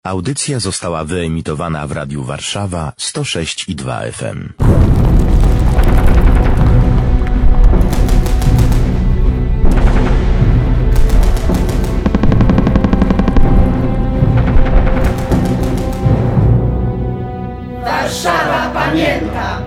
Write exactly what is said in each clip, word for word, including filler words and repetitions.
Audycja została wyemitowana w Radiu Warszawa sto sześć i dwa F M. Warszawa pamięta!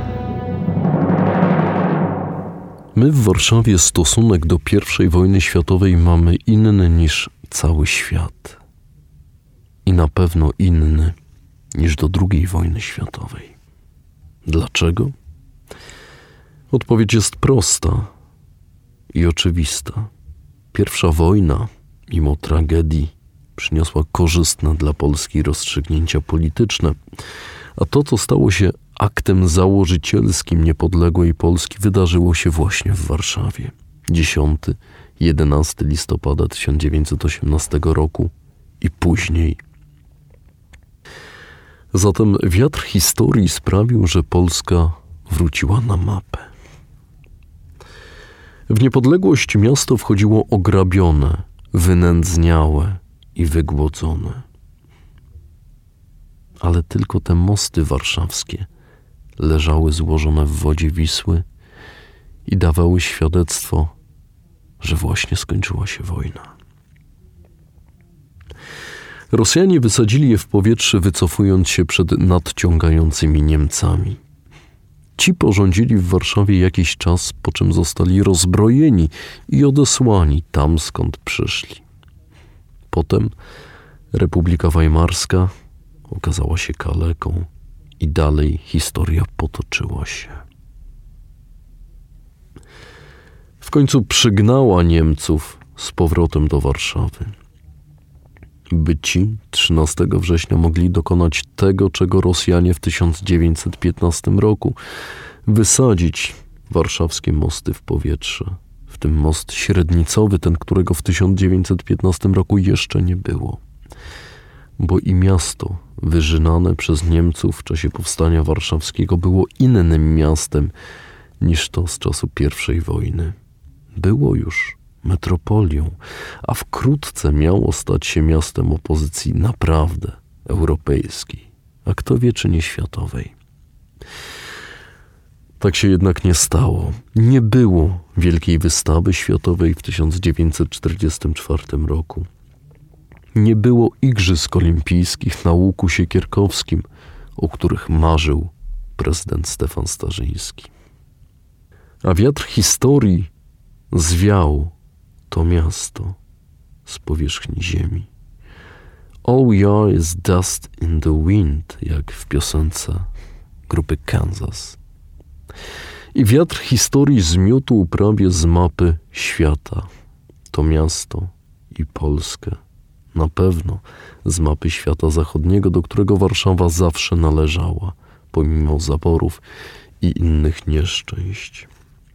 My w Warszawie stosunek do pierwszej wojny światowej mamy inny niż cały świat. I na pewno inny niż do drugiej wojny światowej. Dlaczego? Odpowiedź jest prosta i oczywista. Pierwsza wojna, mimo tragedii, przyniosła korzystne dla Polski rozstrzygnięcia polityczne, a to, co stało się aktem założycielskim niepodległej Polski, wydarzyło się właśnie w Warszawie. dziesiątego do jedenastego listopada tysiąc dziewięćset osiemnastego roku i później. Zatem wiatr historii sprawił, że Polska wróciła na mapę. W niepodległość miasto wchodziło ograbione, wynędzniałe i wygłodzone. Ale tylko te mosty warszawskie leżały złożone w wodzie Wisły i dawały świadectwo, że właśnie skończyła się wojna. Rosjanie wysadzili je w powietrze, wycofując się przed nadciągającymi Niemcami. Ci porządzili w Warszawie jakiś czas, po czym zostali rozbrojeni i odesłani tam, skąd przyszli. Potem Republika Weimarska okazała się kaleką i dalej historia potoczyła się. W końcu przygnała Niemców z powrotem do Warszawy, by ci trzynastego września mogli dokonać tego, czego Rosjanie w tysiąc dziewięćset piętnastym roku, wysadzić warszawskie mosty w powietrze, w tym most średnicowy, ten, którego w tysiąc dziewięćset piętnastym roku jeszcze nie było. Bo i miasto wyżynane przez Niemców w czasie powstania warszawskiego było innym miastem niż to z czasu pierwszej wojny. Było już metropolią, a wkrótce miało stać się miastem o pozycji naprawdę europejskiej, a kto wie, czy nie światowej. Tak się jednak nie stało. Nie było Wielkiej Wystawy Światowej w tysiąc dziewięćset czterdziestym czwartym roku. Nie było Igrzysk Olimpijskich na Łuku Siekierkowskim, o których marzył prezydent Stefan Starzyński. A wiatr historii zwiał to miasto z powierzchni ziemi. All we are is dust in the wind, jak w piosence grupy Kansas. I wiatr historii zmiótł prawie z mapy świata to miasto i Polskę. Na pewno z mapy świata zachodniego, do którego Warszawa zawsze należała, pomimo zaborów i innych nieszczęść.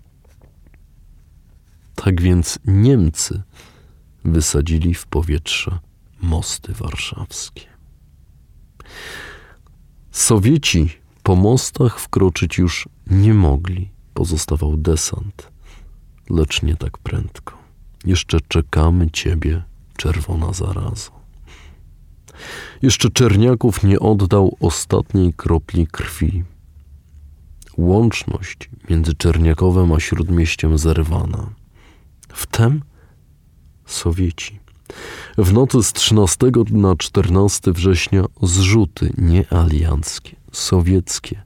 Tak więc Niemcy wysadzili w powietrze mosty warszawskie. Sowieci po mostach wkroczyć już nie mogli. Pozostawał desant, lecz nie tak prędko. Jeszcze czekamy Ciebie, czerwona zarazo. Jeszcze Czerniaków nie oddał ostatniej kropli krwi. Łączność między Czerniakowem a Śródmieściem zerwana. Wtem Sowieci. W nocy z trzynastego na czternastego września zrzuty niealianckie, sowieckie.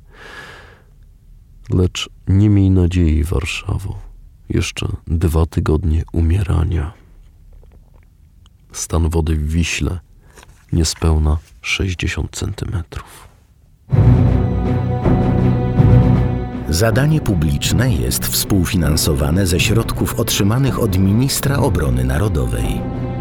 Lecz nie miej nadziei, Warszawo. Jeszcze dwa tygodnie umierania. Stan wody w Wiśle niespełna sześćdziesiąt centymetrów. Zadanie publiczne jest współfinansowane ze środków otrzymanych od Ministra Obrony Narodowej.